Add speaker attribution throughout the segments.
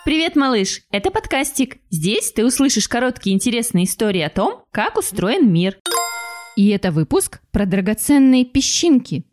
Speaker 1: Привет, малыш! Это подкастик. Здесь ты услышишь короткие интересные истории о том, как устроен мир. И это выпуск про драгоценные песчинки.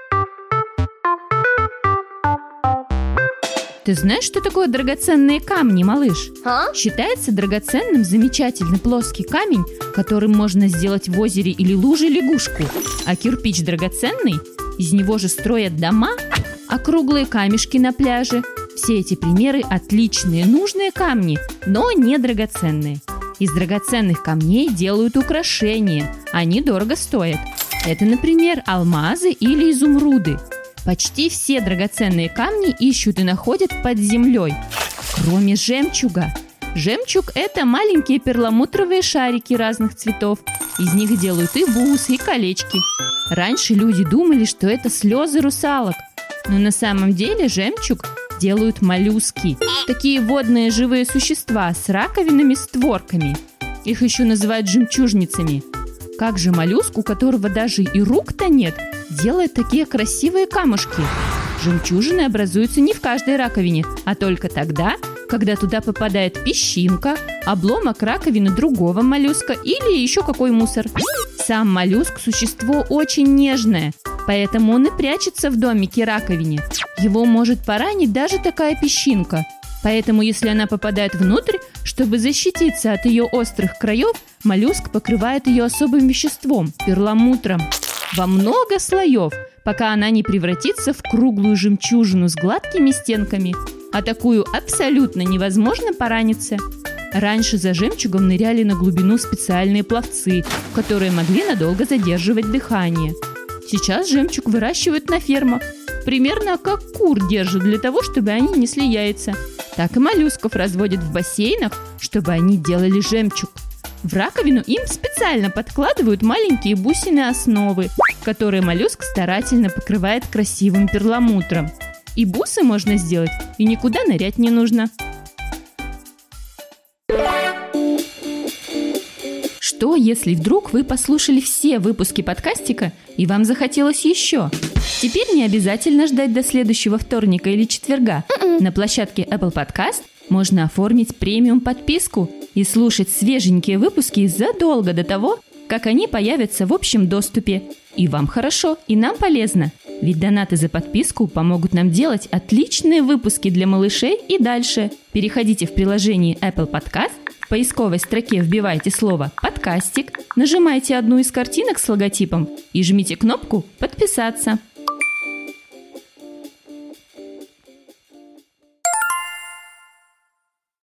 Speaker 1: Ты знаешь, что такое драгоценные камни, малыш? Считается драгоценным замечательный плоский камень, которым можно сделать в озере или луже лягушку. А кирпич драгоценный, из него же строят дома, а круглые камешки на пляже. Все эти примеры отличные, нужные камни, но не драгоценные. Из драгоценных камней делают украшения, они дорого стоят. Это, например, алмазы или изумруды. Почти все драгоценные камни ищут и находят под землей, кроме жемчуга. Жемчуг – это маленькие перламутровые шарики разных цветов. Из них делают и бусы, и колечки. Раньше люди думали, что это слезы русалок. Но на самом деле жемчуг делают моллюски. Такие водные живые существа с раковинами-створками. Их еще называют жемчужницами. Как же моллюск, у которого даже и рук-то нет, делает такие красивые камушки? Жемчужины образуются не в каждой раковине, а только тогда, когда туда попадает песчинка, обломок раковины другого моллюска или еще какой мусор. Сам моллюск – существо очень нежное, поэтому он и прячется в домике-раковине. Его может поранить даже такая песчинка. Поэтому, если она попадает внутрь, чтобы защититься от ее острых краев, моллюск покрывает ее особым веществом – перламутром. Во много слоев, пока она не превратится в круглую жемчужину с гладкими стенками. А такую абсолютно невозможно пораниться. Раньше за жемчугом ныряли на глубину специальные пловцы, которые могли надолго задерживать дыхание. Сейчас жемчуг выращивают на фермах. Примерно как кур держат для того, чтобы они несли яйца. Так и моллюсков разводят в бассейнах, чтобы они делали жемчуг. В раковину им специально подкладывают маленькие бусины основы, которые моллюск старательно покрывает красивым перламутром. И бусы можно сделать, и никуда нырять не нужно. Что, если вдруг вы послушали все выпуски подкастика и вам захотелось еще? Теперь не обязательно ждать до следующего вторника или четверга. На площадке Apple Podcast можно оформить премиум-подписку и слушать свеженькие выпуски задолго до того, как они появятся в общем доступе. И вам хорошо, и нам полезно. Ведь донаты за подписку помогут нам делать отличные выпуски для малышей и дальше. Переходите в приложение Apple Podcast, в поисковой строке вбивайте слово «подкастик», нажимайте одну из картинок с логотипом и жмите кнопку «Подписаться».